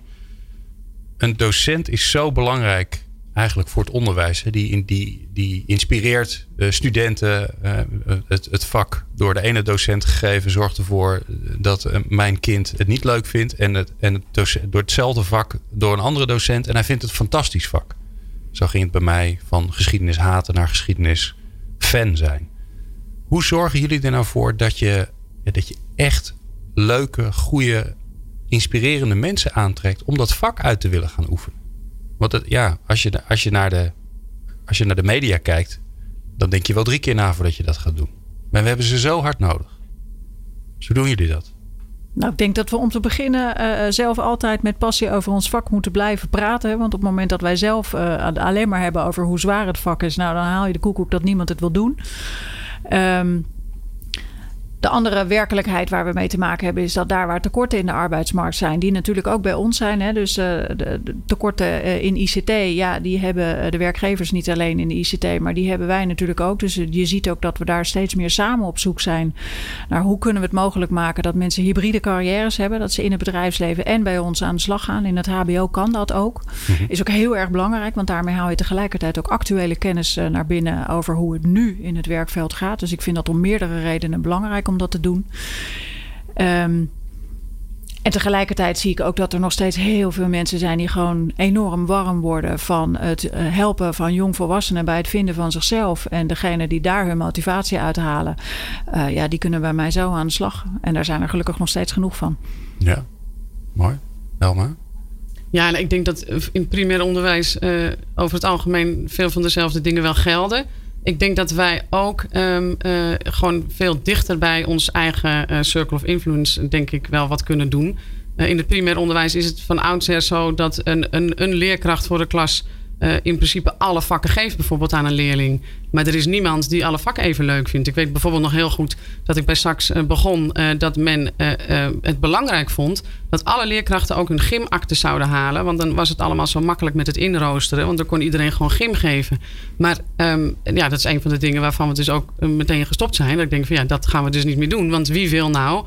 Een docent is zo belangrijk eigenlijk voor het onderwijs. Die inspireert studenten. Het vak door de ene docent gegeven zorgt ervoor dat mijn kind het niet leuk vindt. En door hetzelfde vak door een andere docent. En hij vindt het een fantastisch vak. Zo ging het bij mij van geschiedenis haten naar geschiedenis fan zijn. Hoe zorgen jullie er nou voor dat je echt leuke, goede, inspirerende mensen aantrekt om dat vak uit te willen gaan oefenen? Want als je naar de media kijkt, dan denk je wel 3 keer na voordat je dat gaat doen. Maar we hebben ze zo hard nodig. Dus hoe doen jullie dat? Nou, ik denk dat we om te beginnen zelf altijd met passie over ons vak moeten blijven praten. Hè? Want op het moment dat wij zelf alleen maar hebben over hoe zwaar het vak is, nou, dan haal je de koekoek dat niemand het wil doen. De andere werkelijkheid waar we mee te maken hebben is dat daar waar tekorten in de arbeidsmarkt zijn, die natuurlijk ook bij ons zijn. Hè? Dus de tekorten in ICT, ja, die hebben de werkgevers niet alleen in de ICT, maar die hebben wij natuurlijk ook. Dus je ziet ook dat we daar steeds meer samen op zoek zijn naar hoe kunnen we het mogelijk maken dat mensen hybride carrières hebben, dat ze in het bedrijfsleven en bij ons aan de slag gaan. In het HBO kan dat ook. Is ook heel erg belangrijk, want daarmee haal je tegelijkertijd ook actuele kennis naar binnen over hoe het nu in het werkveld gaat. Dus ik vind dat om meerdere redenen belangrijk om dat te doen. En tegelijkertijd zie ik ook dat er nog steeds heel veel mensen zijn die gewoon enorm warm worden van het helpen van jongvolwassenen bij het vinden van zichzelf. En degene die daar hun motivatie uithalen, die kunnen bij mij zo aan de slag. En daar zijn er gelukkig nog steeds genoeg van. Ja, mooi. Elma? Ja, en ik denk dat in primair onderwijs over het algemeen veel van dezelfde dingen wel gelden. Ik denk dat wij ook gewoon veel dichter bij ons eigen circle of influence, denk ik, wel wat kunnen doen. In het primair onderwijs is het van oudsher zo dat een leerkracht voor de klas in principe alle vakken geeft, bijvoorbeeld aan een leerling. Maar er is niemand die alle vakken even leuk vindt. Ik weet bijvoorbeeld nog heel goed dat ik bij Sax begon dat men het belangrijk vond dat alle leerkrachten ook hun gymakte zouden halen. Want dan was het allemaal zo makkelijk met het inroosteren. Want dan kon iedereen gewoon gym geven. Maar dat is een van de dingen waarvan we dus ook meteen gestopt zijn. Dat ik denk van dat gaan we dus niet meer doen. Want wie wil nou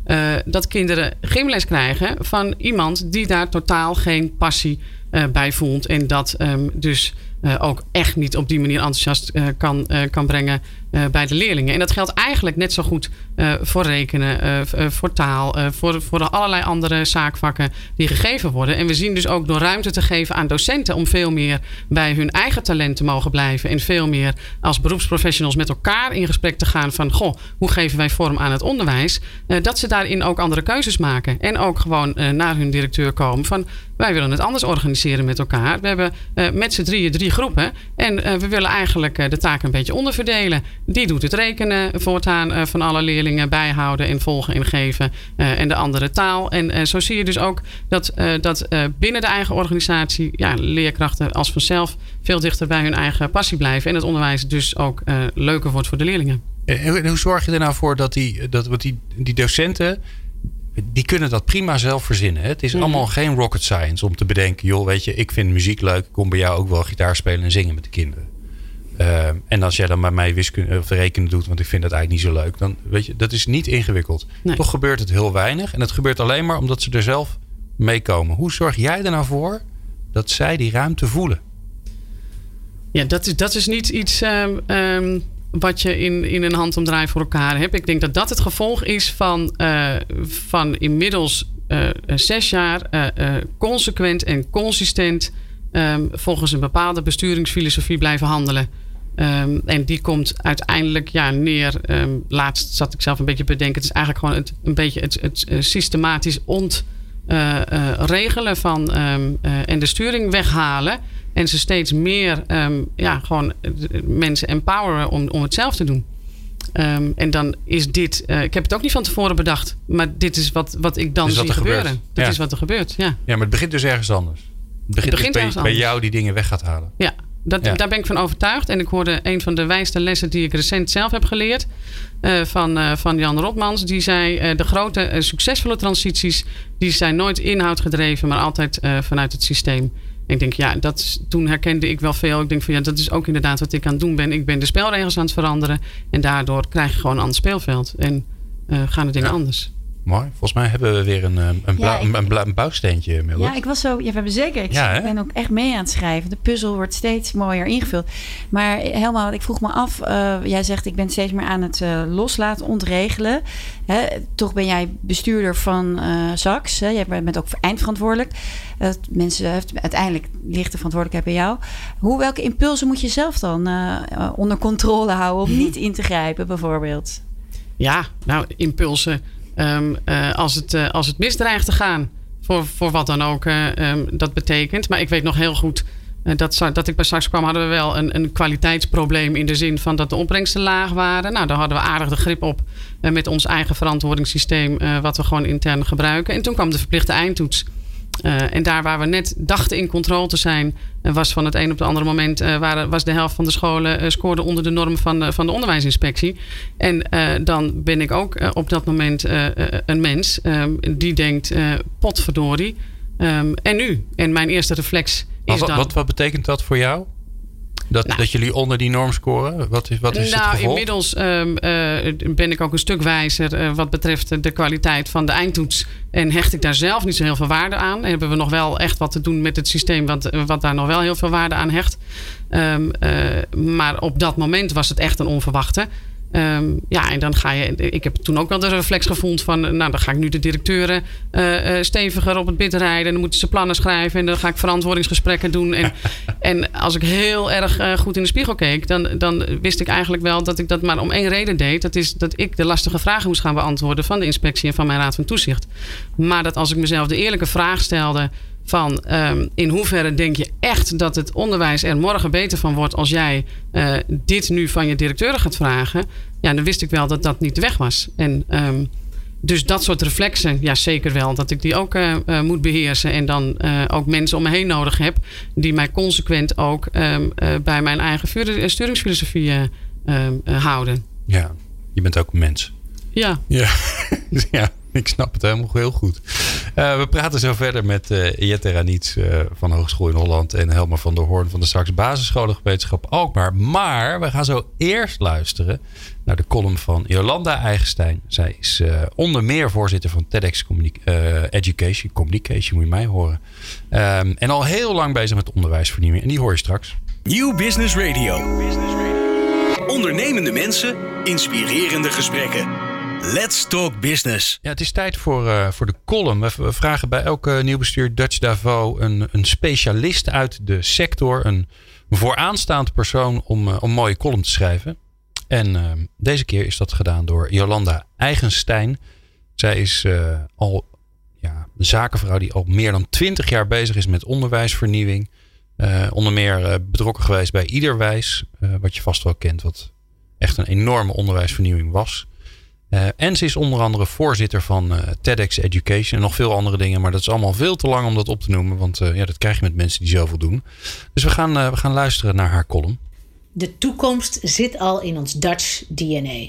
dat kinderen gymles krijgen van iemand die daar totaal geen passie bij voelt. En dat dus ook echt niet op die manier enthousiast kan brengen bij de leerlingen. En dat geldt eigenlijk net zo goed voor rekenen, voor taal, voor allerlei andere zaakvakken die gegeven worden. En we zien dus ook door ruimte te geven aan docenten om veel meer bij hun eigen talent te mogen blijven. En veel meer als beroepsprofessionals met elkaar in gesprek te gaan van hoe geven wij vorm aan het onderwijs? Dat ze daarin ook andere keuzes maken. En ook gewoon naar hun directeur komen van wij willen het anders organiseren met elkaar. We hebben met z'n 3 groepen. En we willen eigenlijk de taken een beetje onderverdelen. Die doet het rekenen voortaan van alle leerlingen bijhouden en volgen en geven. En de andere taal. En zo zie je dus ook dat binnen de eigen organisatie leerkrachten als vanzelf veel dichter bij hun eigen passie blijven. En het onderwijs dus ook leuker wordt voor de leerlingen. En hoe zorg je er nou voor dat die docenten, die kunnen dat prima zelf verzinnen. Hè? Het is allemaal geen rocket science om te bedenken, joh, weet je, ik vind muziek leuk. Ik kom bij jou ook wel gitaar spelen en zingen met de kinderen. En als jij dan bij mij wiskunde of rekenen doet, want ik vind dat eigenlijk niet zo leuk, dan weet je, dat is niet ingewikkeld. Nee. Toch gebeurt het heel weinig. En het gebeurt alleen maar omdat ze er zelf mee komen. Hoe zorg jij er nou voor dat zij die ruimte voelen? Ja, dat is niet iets wat je in een handomdraai voor elkaar hebt. Ik denk dat dat het gevolg is van inmiddels 6 jaar consequent en consistent volgens een bepaalde besturingsfilosofie blijven handelen. En die komt uiteindelijk neer. Laatst zat ik zelf een beetje te bedenken. Het is eigenlijk gewoon een beetje het systematisch regelen van en de sturing weghalen. En ze steeds meer gewoon mensen empoweren om het zelf te doen. En dan is dit. Ik heb het ook niet van tevoren bedacht. Maar dit is wat ik dan zie gebeuren. Dit is wat er gebeurt. Ja, maar het begint dus ergens anders. Het begint dus bij jou die dingen weg gaat halen. Ja, daar ben ik van overtuigd. En ik hoorde een van de wijste lessen die ik recent zelf heb geleerd. Van Jan Rotmans. Die zei de grote succesvolle transities. Die zijn nooit inhoud gedreven. Maar altijd vanuit het systeem. En ik denk, toen herkende ik wel veel. Ik denk van dat is ook inderdaad wat ik aan het doen ben. Ik ben de spelregels aan het veranderen. En daardoor krijg je gewoon een ander speelveld. En gaan de dingen anders. Mooi. Volgens mij hebben we weer een bouwsteentje. Mildred. Ja, ik was zo. Ja, we hebben zeker. Ik ben ook echt mee aan het schrijven. De puzzel wordt steeds mooier ingevuld. Maar helemaal, ik vroeg me af. Jij zegt, ik ben steeds meer aan het loslaten, ontregelen. Toch ben jij bestuurder van Sax. Jij bent ook eindverantwoordelijk. Uiteindelijk ligt de verantwoordelijkheid bij jou. Welke impulsen moet je zelf dan onder controle houden om niet in te grijpen, bijvoorbeeld? Ja, nou, impulsen. Als het misdreigt te gaan, voor wat dan ook dat betekent. Maar ik weet nog heel goed dat ik bij Saks kwam, hadden we wel een kwaliteitsprobleem in de zin van dat de opbrengsten laag waren. Nou, daar hadden we aardig de grip op met ons eigen verantwoordingssysteem, wat we gewoon intern gebruiken. En toen kwam de verplichte eindtoets. En daar waar we net dachten in controle te zijn, was van het een op het andere moment was de helft van de scholen scoorde onder de norm van de onderwijsinspectie. En dan ben ik ook op dat moment een mens die denkt, potverdorie. En nu? En mijn eerste reflex is dan... Wat betekent dat voor jou? Dat jullie onder die norm scoren? Wat is het gevolg? Inmiddels ben ik ook een stuk wijzer wat betreft de kwaliteit van de eindtoets. En hecht ik daar zelf niet zo heel veel waarde aan. En hebben we nog wel echt wat te doen met het systeem wat daar nog wel heel veel waarde aan hecht. Maar op dat moment was het echt een onverwachte. En dan ga je... Ik heb toen ook wel de reflex gevoeld van... dan ga ik nu de directeuren steviger op het bid rijden. En dan moeten ze plannen schrijven. En dan ga ik verantwoordingsgesprekken doen. En als ik heel erg goed in de spiegel keek... Dan wist ik eigenlijk wel dat ik dat maar om één reden deed. Dat is dat ik de lastige vragen moest gaan beantwoorden... van de inspectie en van mijn raad van toezicht. Maar dat als ik mezelf de eerlijke vraag stelde... van in hoeverre denk je echt dat het onderwijs er morgen beter van wordt... als jij dit nu van je directeuren gaat vragen... ja, dan wist ik wel dat dat niet de weg was. En dus dat soort reflexen, ja zeker wel... dat ik die ook moet beheersen... en dan ook mensen om me heen nodig heb... die mij consequent ook bij mijn eigen sturingsfilosofie houden. Ja, je bent ook een mens. Ja. Ja, ik snap het helemaal heel goed. We praten zo verder met Jette Ranitz van de Hogeschool in Holland... en Helma van der Hoorn van de Saks Basisscholengemeenschap Alkmaar. Maar we gaan zo eerst luisteren naar de column van Jolanda Eigenstein. Zij is onder meer voorzitter van TEDx Education. Communication moet je mij horen. En al heel lang bezig met onderwijsvernieuwing. En die hoor je straks. Nieuw Business Radio. Ondernemende mensen, inspirerende gesprekken. Let's Talk Business. Ja, het is tijd voor de column. We vragen bij elke nieuw bestuur Dutch Davos een specialist uit de sector. Een vooraanstaand persoon om een mooie column te schrijven. En deze keer is dat gedaan door Jolanda Eigenstein. Zij is al een zakenvrouw die al meer dan 20 jaar bezig is met onderwijsvernieuwing. Onder meer betrokken geweest bij Iederwijs. Wat je vast wel kent. Wat echt een enorme onderwijsvernieuwing was. En ze is onder andere voorzitter van TEDx Education. En nog veel andere dingen. Maar dat is allemaal veel te lang om dat op te noemen. Want dat krijg je met mensen die zoveel doen. Dus we gaan luisteren naar haar column. De toekomst zit al in ons Dutch DNA.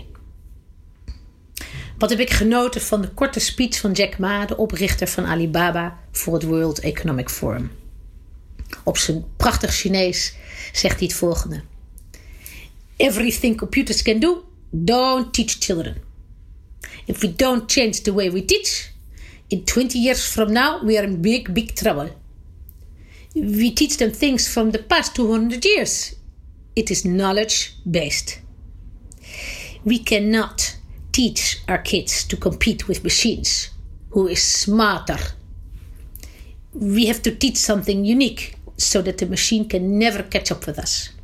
Wat heb ik genoten van de korte speech van Jack Ma, de oprichter van Alibaba, voor het World Economic Forum. Op zijn prachtig Chinees zegt hij het volgende. Everything computers can do, don't teach children. If we don't change the way we teach, in 20 years from now we are in big trouble. We teach them things from the past 200 years. It is knowledge-based. We cannot teach our kids to compete with machines. Who is smarter? We have to teach something unique so that the machine can never catch up with us.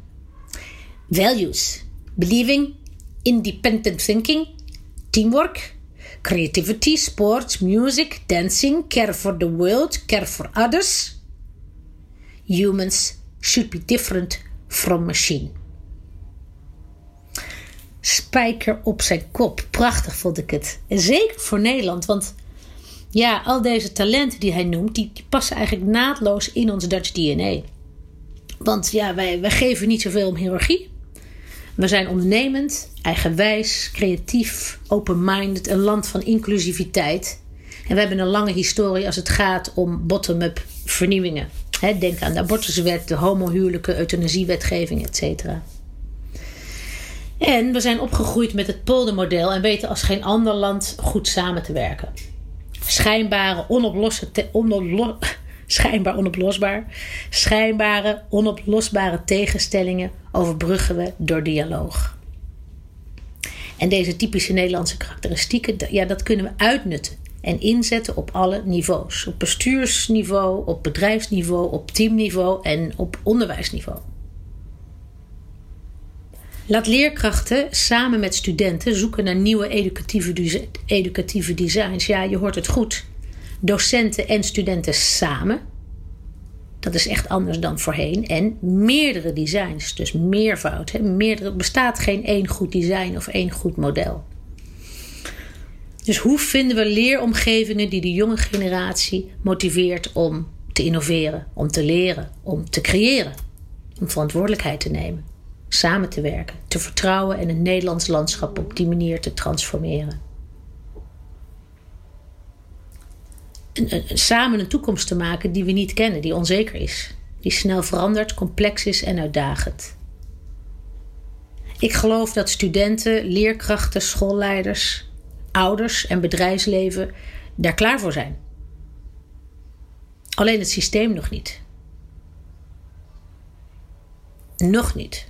Values. Believing, independent thinking, teamwork, creativity, sports, music, dancing, care for the world, care for others. Humans should be different from machine. Spijker op zijn kop. Prachtig vond ik het. En zeker voor Nederland. Want ja, al deze talenten die hij noemt, die passen eigenlijk naadloos in ons Dutch DNA. Want ja, wij geven niet zoveel om hiërarchie. We zijn ondernemend, eigenwijs, creatief, open-minded, een land van inclusiviteit. En we hebben een lange historie als het gaat om bottom-up vernieuwingen. Denk aan de abortuswet, de homohuwelijken, euthanasiewetgeving, etc. En we zijn opgegroeid met het poldermodel en weten als geen ander land goed samen te werken. Schijnbare onoplosbare tegenstellingen overbruggen we door dialoog. En deze typische Nederlandse karakteristieken, dat kunnen we uitnutten en inzetten op alle niveaus. Op bestuursniveau, op bedrijfsniveau, op teamniveau en op onderwijsniveau. Laat leerkrachten samen met studenten zoeken naar nieuwe educatieve designs. Ja, je hoort het goed. Docenten en studenten samen. Dat is echt anders dan voorheen. En meerdere designs, dus meervoud. Er bestaat geen één goed design of één goed model. Dus hoe vinden we leeromgevingen die de jonge generatie motiveert om te innoveren, om te leren, om te creëren, om verantwoordelijkheid te nemen, samen te werken, te vertrouwen en het Nederlands landschap op die manier te transformeren. Samen een toekomst te maken die we niet kennen, die onzeker is, die snel verandert, complex is en uitdagend. Ik geloof dat studenten, leerkrachten, schoolleiders, ouders en bedrijfsleven daar klaar voor zijn. Alleen het systeem nog niet. Nog niet.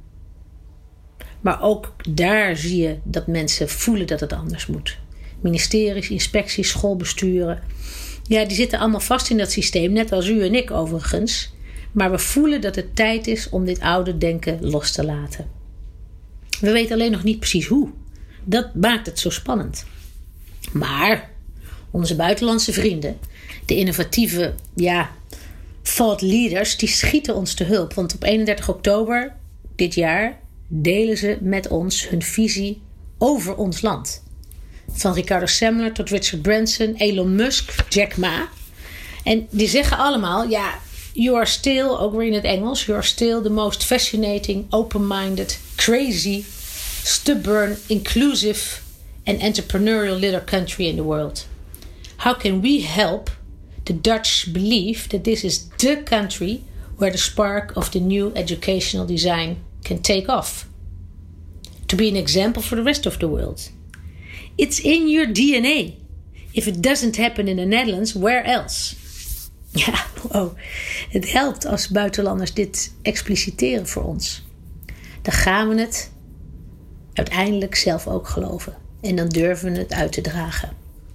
Maar ook daar zie je dat mensen voelen dat het anders moet. Ministeries, inspecties, schoolbesturen. Ja, die zitten allemaal vast in dat systeem, net als u en ik overigens. Maar we voelen dat het tijd is om dit oude denken los te laten. We weten alleen nog niet precies hoe. Dat maakt het zo spannend. Maar onze buitenlandse vrienden, de innovatieve thought leaders, die schieten ons te hulp. Want op 31 oktober dit jaar delen ze met ons hun visie over ons land. Van Ricardo Semler tot Richard Branson, Elon Musk, Jack Ma. En die zeggen allemaal, you are still, ook weer in het Engels, you are still the most fascinating, open-minded, crazy, stubborn, inclusive and entrepreneurial little country in the world. How can we help the Dutch believe that this is the country where the spark of the new educational design can take off? To be an example for the rest of the world. It's in your DNA. If it doesn't happen in the Netherlands, where else? Ja, wow. Het helpt als buitenlanders dit expliciteren voor ons. Dan gaan we het uiteindelijk zelf ook geloven. En dan durven we het uit te dragen.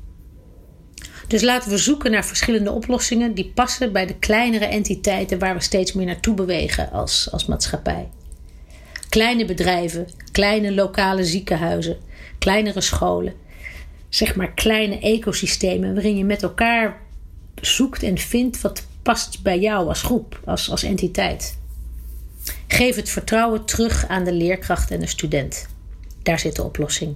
Dus laten we zoeken naar verschillende oplossingen die passen bij de kleinere entiteiten waar we steeds meer naartoe bewegen als maatschappij. Kleine bedrijven, kleine lokale ziekenhuizen, kleinere scholen. Zeg maar kleine ecosystemen waarin je met elkaar zoekt en vindt wat past bij jou als groep, als entiteit. Geef het vertrouwen terug aan de leerkracht en de student. Daar zit de oplossing.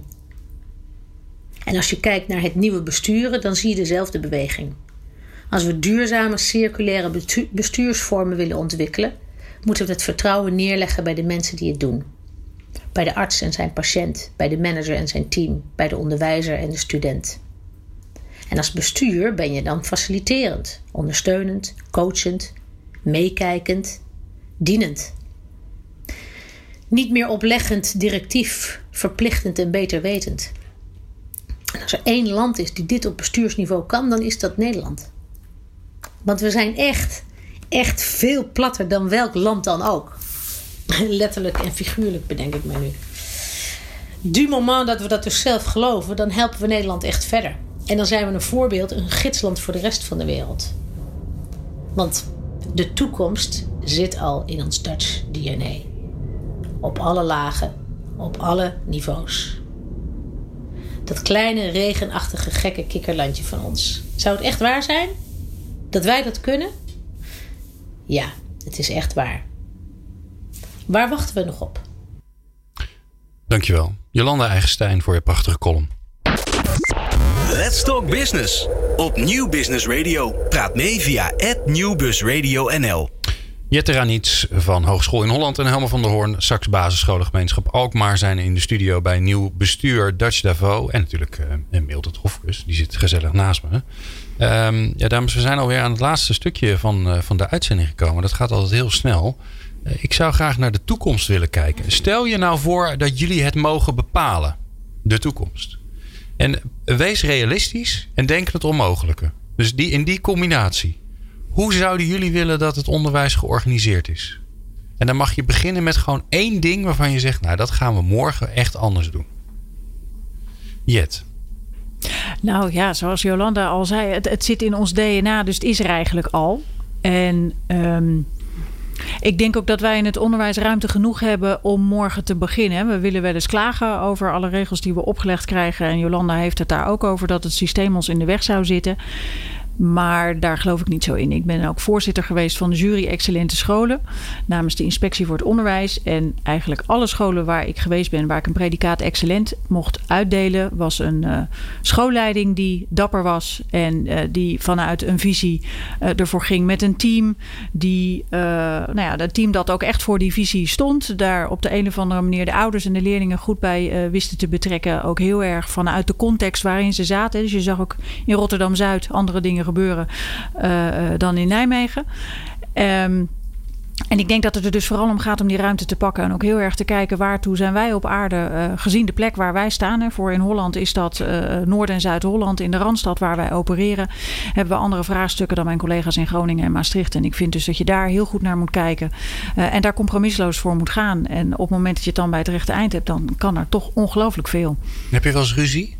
En als je kijkt naar het nieuwe besturen, dan zie je dezelfde beweging. Als we duurzame, circulaire bestuursvormen willen ontwikkelen, moeten we het vertrouwen neerleggen bij de mensen die het doen. Bij de arts en zijn patiënt, bij de manager en zijn team, bij de onderwijzer en de student. En als bestuur ben je dan faciliterend, ondersteunend, coachend, meekijkend, dienend. Niet meer opleggend, directief, verplichtend en beter wetend. En als er één land is die dit op bestuursniveau kan, dan is dat Nederland. Want we zijn echt veel platter dan welk land dan ook. Letterlijk en figuurlijk bedenk ik me nu. Du moment dat we dat dus zelf geloven, dan helpen we Nederland echt verder. En dan zijn we een voorbeeld, een gidsland voor de rest van de wereld. Want de toekomst zit al in ons Dutch DNA. Op alle lagen, op alle niveaus. Dat kleine, regenachtige, gekke kikkerlandje van ons. Zou het echt waar zijn? Dat wij dat kunnen? Ja, het is echt waar. Waar wachten we nog op? Dankjewel. Jolanda Eigenstein voor je prachtige column. Let's Talk Business. Op Nieuw Business Radio. Praat mee via @nieuwbusradio.nl. Jette Ranits van Hogeschool in Holland en Helmer van der Hoorn, Sax Basisscholengemeenschap Alkmaar, zijn in de studio bij Nieuw Bestuur Dutch Davos. En natuurlijk Mildred Hofkes, die zit gezellig naast me. Dames, we zijn alweer aan het laatste stukje van de uitzending gekomen. Dat gaat altijd heel snel. Ik zou graag naar de toekomst willen kijken. Stel je nou voor dat jullie het mogen bepalen. De toekomst. En wees realistisch en denk het onmogelijke. Dus in die combinatie. Hoe zouden jullie willen dat het onderwijs georganiseerd is? En dan mag je beginnen met gewoon één ding waarvan je zegt, nou, dat gaan we morgen echt anders doen. Jet. Nou ja, zoals Jolanda al zei, het zit in ons DNA, dus het is er eigenlijk al. En ik denk ook dat wij in het onderwijs ruimte genoeg hebben om morgen te beginnen. We willen wel eens klagen over alle regels die we opgelegd krijgen. En Jolanda heeft het daar ook over dat het systeem ons in de weg zou zitten. Maar daar geloof ik niet zo in. Ik ben ook voorzitter geweest van de jury Excellente Scholen namens de Inspectie voor het Onderwijs. En eigenlijk alle scholen waar ik geweest ben, waar ik een predicaat excellent mocht uitdelen, was een schoolleiding die dapper was en die vanuit een visie ervoor ging met een team. Dat team dat ook echt voor die visie stond. Daar op de een of andere manier de ouders en de leerlingen goed bij wisten te betrekken. Ook heel erg vanuit de context waarin ze zaten. Dus je zag ook in Rotterdam-Zuid andere dingen gebeuren dan in Nijmegen. En ik denk dat het er dus vooral om gaat om die ruimte te pakken. En ook heel erg te kijken waartoe zijn wij op aarde. Gezien de plek waar wij staan. Voor in Holland is dat Noord- en Zuid-Holland. In de Randstad waar wij opereren. Hebben we andere vraagstukken dan mijn collega's in Groningen en Maastricht. En ik vind dus dat je daar heel goed naar moet kijken. En daar compromisloos voor moet gaan. En op het moment dat je het dan bij het rechte eind hebt. Dan kan er toch ongelooflijk veel. Heb je wel eens ruzie?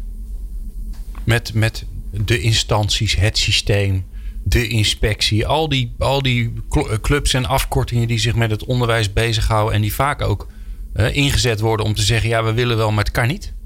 Met de instanties, het systeem, de inspectie, al die clubs en afkortingen die zich met het onderwijs bezighouden en die vaak ook ingezet worden om te zeggen, ja, we willen wel, maar het kan niet?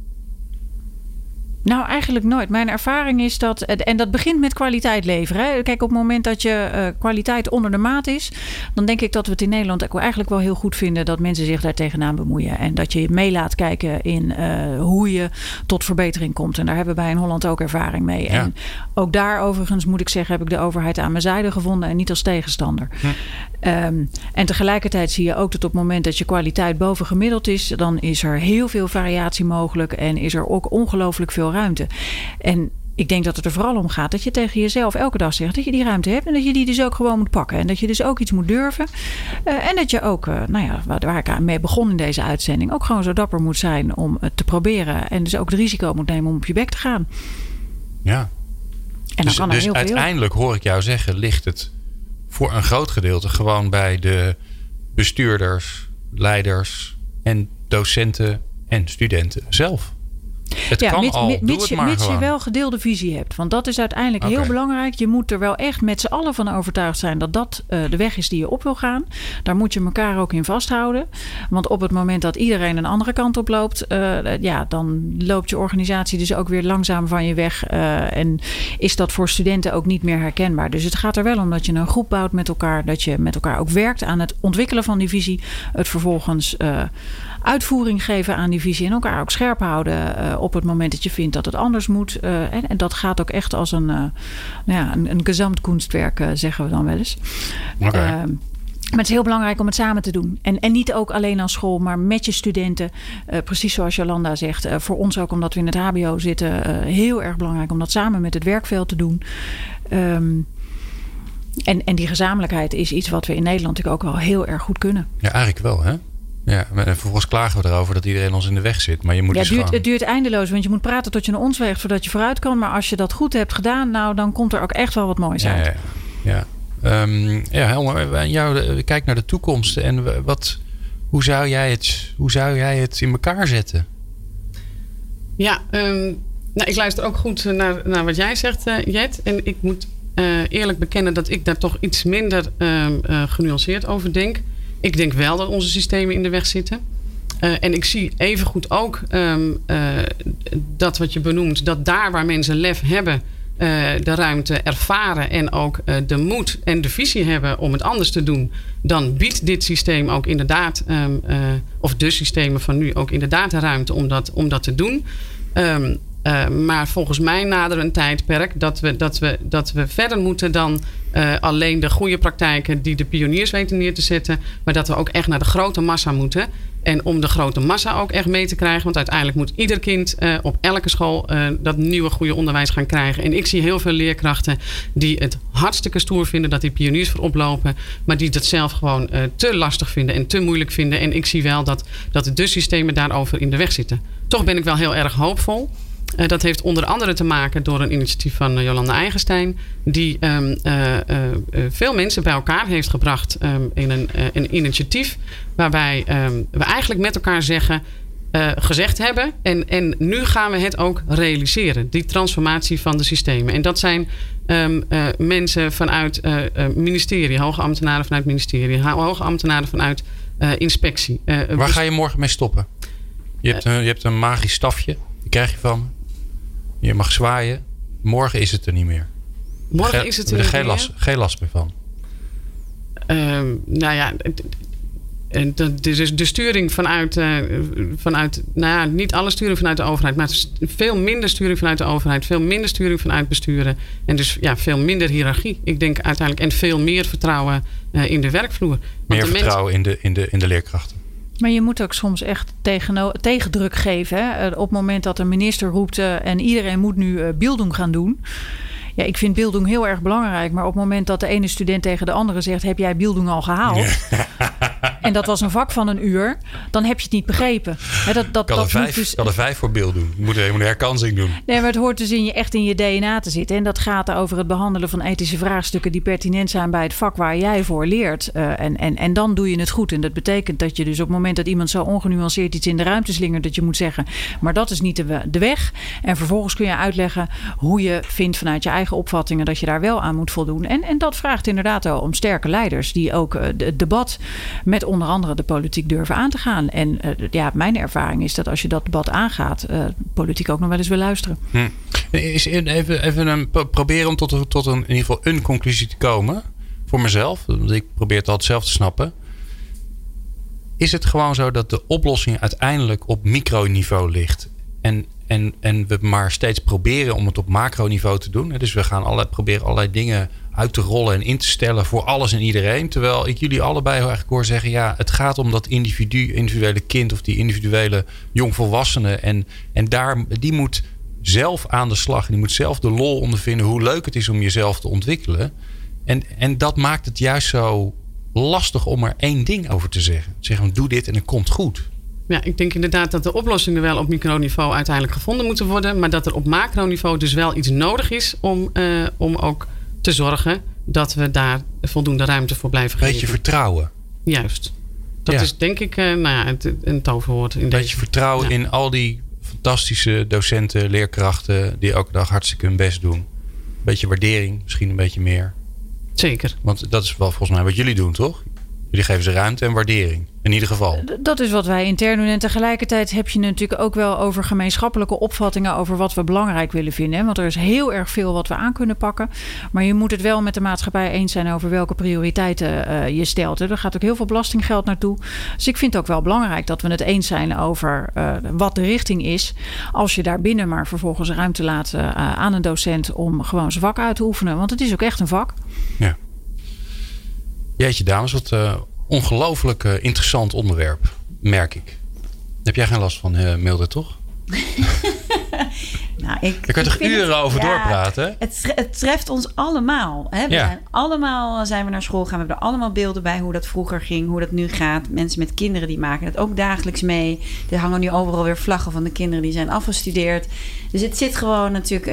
Nou, eigenlijk nooit. Mijn ervaring is dat, en dat begint met kwaliteit leveren. Hè. Kijk, op het moment dat je kwaliteit onder de maat is, dan denk ik dat we het in Nederland eigenlijk wel heel goed vinden dat mensen zich daar tegenaan bemoeien. En dat je mee laat kijken in hoe je tot verbetering komt. En daar hebben wij in Holland ook ervaring mee. Ja. En ook daar overigens moet ik zeggen, heb ik de overheid aan mijn zijde gevonden en niet als tegenstander. En tegelijkertijd zie je ook dat op het moment dat je kwaliteit boven gemiddeld is, dan is er heel veel variatie mogelijk en is er ook ongelooflijk veel ruimte. En ik denk dat het er vooral om gaat dat je tegen jezelf elke dag zegt dat je die ruimte hebt en dat je die dus ook gewoon moet pakken. En dat je dus ook iets moet durven. En dat je ook, waar ik mee begon in deze uitzending, ook gewoon zo dapper moet zijn om het te proberen. En dus ook het risico moet nemen om op je bek te gaan. Ja. En dan kan er heel uiteindelijk hoor ik jou zeggen, ligt het voor een groot gedeelte gewoon bij de bestuurders, leiders en docenten en studenten zelf. Het kan al, doe het maar mits gewoon. je wel gedeelde visie hebt. Want dat is uiteindelijk heel belangrijk. Je moet er wel echt met z'n allen van overtuigd zijn dat dat de weg is die je op wil gaan. Daar moet je elkaar ook in vasthouden. Want op het moment dat iedereen een andere kant op loopt, dan loopt je organisatie dus ook weer langzaam van je weg. En is dat voor studenten ook niet meer herkenbaar. Dus het gaat er wel om dat je een groep bouwt met elkaar. Dat je met elkaar ook werkt aan het ontwikkelen van die visie. Het vervolgens uitvoering geven aan die visie. En elkaar ook scherp houden op het moment dat je vindt dat het anders moet. En dat gaat ook echt als een gezamtkunstwerk, zeggen we dan wel eens. Maar het is heel belangrijk om het samen te doen. En niet ook alleen als school, maar met je studenten. Precies zoals Jolanda zegt. Voor ons ook, omdat we in het hbo zitten. Heel erg belangrijk om dat samen met het werkveld te doen. En die gezamenlijkheid is iets wat we in Nederland natuurlijk ook wel heel erg goed kunnen. Ja, eigenlijk wel, hè? Ja, en vervolgens klagen we erover dat iedereen ons in de weg zit. Maar je moet het duurt eindeloos, want je moet praten tot je naar ons weegt voordat je vooruit kan. Maar als je dat goed hebt gedaan, nou, dan komt er ook echt wel wat moois uit. Helmer, kijk naar de toekomst. En hoe zou jij het in elkaar zetten? Ja, ik luister ook goed naar wat jij zegt, Jet. En ik moet eerlijk bekennen dat ik daar toch iets minder genuanceerd over denk. Ik denk wel dat onze systemen in de weg zitten. En ik zie evengoed ook dat wat je benoemt, dat daar waar mensen lef hebben, de ruimte ervaren en ook de moed en de visie hebben om het anders te doen, dan biedt dit systeem ook inderdaad, of de systemen van nu ook inderdaad de ruimte om dat te doen. Maar volgens mij nader een tijdperk dat we verder moeten dan alleen de goede praktijken die de pioniers weten neer te zetten. Maar dat we ook echt naar de grote massa moeten. En om de grote massa ook echt mee te krijgen. Want uiteindelijk moet ieder kind op elke school dat nieuwe goede onderwijs gaan krijgen. En ik zie heel veel leerkrachten die het hartstikke stoer vinden dat die pioniers voorop lopen. Maar die dat zelf gewoon te lastig vinden en te moeilijk vinden. En ik zie wel dat de systemen daarover in de weg zitten. Toch ben ik wel heel erg hoopvol. Dat heeft onder andere te maken door een initiatief van Jolanda Eigenstein. Die veel mensen bij elkaar heeft gebracht in een initiatief. Waarbij we eigenlijk met elkaar gezegd hebben. En nu gaan we het ook realiseren. Die transformatie van de systemen. En dat zijn mensen vanuit ministerie. Hoge ambtenaren vanuit ministerie. Hoge ambtenaren vanuit inspectie. Waar ga je morgen mee stoppen? Je hebt een magisch stafje. Die krijg je van me. Je mag zwaaien. Morgen is het er niet meer. Morgen is het weer. Geen last meer van. De sturing vanuit niet alle sturing vanuit de overheid, maar veel minder sturing vanuit de overheid, veel minder sturing vanuit besturen en dus veel minder hiërarchie. Ik denk uiteindelijk en veel meer vertrouwen in de werkvloer. Meer vertrouwen in de leerkrachten. Maar je moet ook soms echt tegendruk geven. Hè? Op het moment dat een minister roept en iedereen moet nu Bildung gaan doen. Ja, ik vind Bildung heel erg belangrijk. Maar op het moment dat de ene student tegen de andere zegt... heb jij Bildung al gehaald? Ja. En dat was een vak van 1 uur. Dan heb je het niet begrepen. Ik had er 5 voor Bildung. Je moet een herkansing doen. Nee, maar het hoort dus echt in je DNA te zitten. En dat gaat over het behandelen van ethische vraagstukken... die pertinent zijn bij het vak waar jij voor leert. En dan doe je het goed. En dat betekent dat je dus op het moment dat iemand zo ongenuanceerd... iets in de ruimte slingert, dat je moet zeggen... maar dat is niet de weg. En vervolgens kun je uitleggen hoe je vindt vanuit je eigen opvattingen... dat je daar wel aan moet voldoen. En dat vraagt inderdaad wel om sterke leiders... die ook het debat met onder andere de politiek durven aan te gaan. En mijn ervaring is dat als je dat debat aangaat... politiek ook nog wel eens wil luisteren. Even proberen om tot in ieder geval een conclusie te komen. Voor mezelf. Want ik probeer het altijd zelf te snappen. Is het gewoon zo dat de oplossing uiteindelijk op microniveau ligt? En we maar steeds proberen om het op macroniveau te doen. Dus we gaan proberen allerlei dingen uit te rollen en in te stellen voor alles en iedereen. Terwijl ik jullie allebei eigenlijk hoor zeggen... ja, het gaat om dat individuele kind of die individuele jongvolwassene. En die moet zelf aan de slag. En die moet zelf de lol ondervinden hoe leuk het is om jezelf te ontwikkelen. En dat maakt het juist zo lastig om er 1 ding over te zeggen. Zeggen, doe dit en het komt goed. Ja, ik denk inderdaad dat de oplossingen wel op microniveau uiteindelijk gevonden moeten worden. Maar dat er op macroniveau dus wel iets nodig is om ook te zorgen dat we daar voldoende ruimte voor blijven geven. Beetje vertrouwen. Juist. Dat is denk ik een toverwoord. Een beetje vertrouwen in al die fantastische docenten, leerkrachten die elke dag hartstikke hun best doen. Een beetje waardering, misschien een beetje meer. Zeker. Want dat is wel volgens mij wat jullie doen, toch? Jullie geven ze ruimte en waardering. In ieder geval. Dat is wat wij intern doen. En tegelijkertijd heb je natuurlijk ook wel over gemeenschappelijke opvattingen over wat we belangrijk willen vinden. Want er is heel erg veel wat we aan kunnen pakken. Maar je moet het wel met de maatschappij eens zijn over welke prioriteiten je stelt. Er gaat ook heel veel belastinggeld naartoe. Dus ik vind het ook wel belangrijk dat we het eens zijn over wat de richting is. Als je daar binnen maar vervolgens ruimte laat aan een docent om gewoon zijn vak uit te oefenen. Want het is ook echt een vak. Ja. Jeetje dames, wat ongelooflijk interessant onderwerp, merk ik. Heb jij geen last van, Milde, toch? Je kunt er toch uren over doorpraten? Het treft ons allemaal. Hè? Zijn we naar school gaan. We hebben er allemaal beelden bij hoe dat vroeger ging. Hoe dat nu gaat. Mensen met kinderen die maken het ook dagelijks mee. Er hangen nu overal weer vlaggen van de kinderen die zijn afgestudeerd. Dus het zit gewoon natuurlijk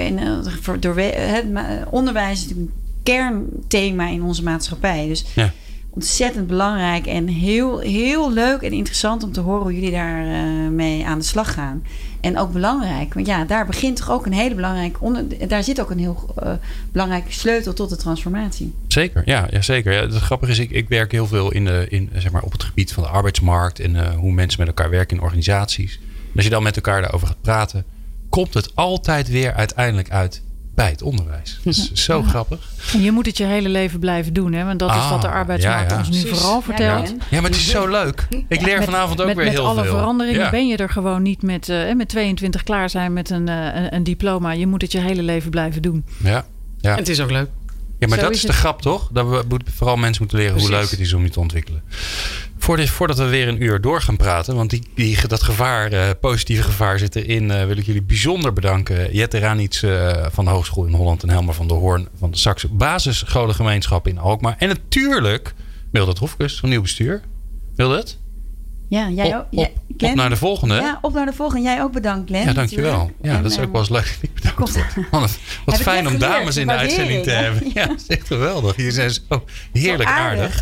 onderwijs is natuurlijk een kernthema in onze maatschappij. Dus ontzettend belangrijk en heel, heel leuk en interessant om te horen hoe jullie daar mee aan de slag gaan. En ook belangrijk, want daar begint toch ook een hele belangrijke daar zit ook een heel belangrijke sleutel tot de transformatie. Zeker, ja zeker. Ja, het grappige is, ik werk heel veel zeg maar op het gebied van de arbeidsmarkt en hoe mensen met elkaar werken in organisaties. En als je dan met elkaar daarover gaat praten, komt het altijd weer uiteindelijk uit bij het onderwijs. Dat is zo grappig. En je moet het je hele leven blijven doen, hè? Want dat is wat de arbeidsmarkt ons nu vooral vertelt. Ja, maar het is zo leuk. Ik leer vanavond ook weer heel veel. Met alle veranderingen ben je er gewoon niet met 22 klaar zijn met een diploma. Je moet het je hele leven blijven doen. Ja. En het is ook leuk. Ja, maar dat is de grap, toch? Dat we vooral mensen moeten leren hoe leuk het is om je te ontwikkelen. Voordat we weer 1 uur door gaan praten, want dat gevaar, positieve gevaar zit erin, wil ik jullie bijzonder bedanken. Jette Ranits van de Hogeschool in Holland en Helmer van der Hoorn van de Saxe Basisscholengemeenschap in Alkmaar. En natuurlijk Milde Droefkes van Nieuw Bestuur. Wilde het? Ja, jij ook. Op naar de volgende. Ja, op naar de volgende. Jij ook bedankt, Len. Ja, dankjewel. Ja, dat is ook wel eens leuk. Bedankt. Wat fijn om dames in de uitzending te hebben. Ja, dat is echt geweldig. Jullie zijn zo heerlijk aardig.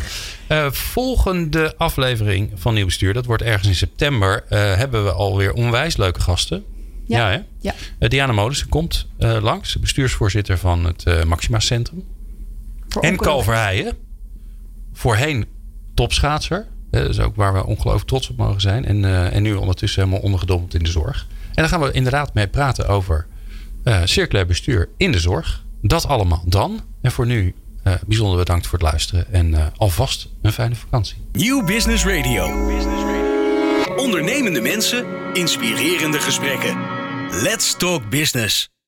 Volgende aflevering van Nieuw Bestuur, dat wordt ergens in september, hebben we alweer onwijs leuke gasten. Ja. Diana Molensen komt langs, bestuursvoorzitter van het Maxima Centrum. En Carl Verheijen, voorheen topschaatser. Dat is ook waar we ongelooflijk trots op mogen zijn. En nu ondertussen helemaal ondergedompeld in de zorg. En daar gaan we inderdaad mee praten over circulair bestuur in de zorg. Dat allemaal dan. En voor nu bijzonder bedankt voor het luisteren. En alvast een fijne vakantie. Nieuw Business Radio. Ondernemende mensen, inspirerende gesprekken. Let's talk business.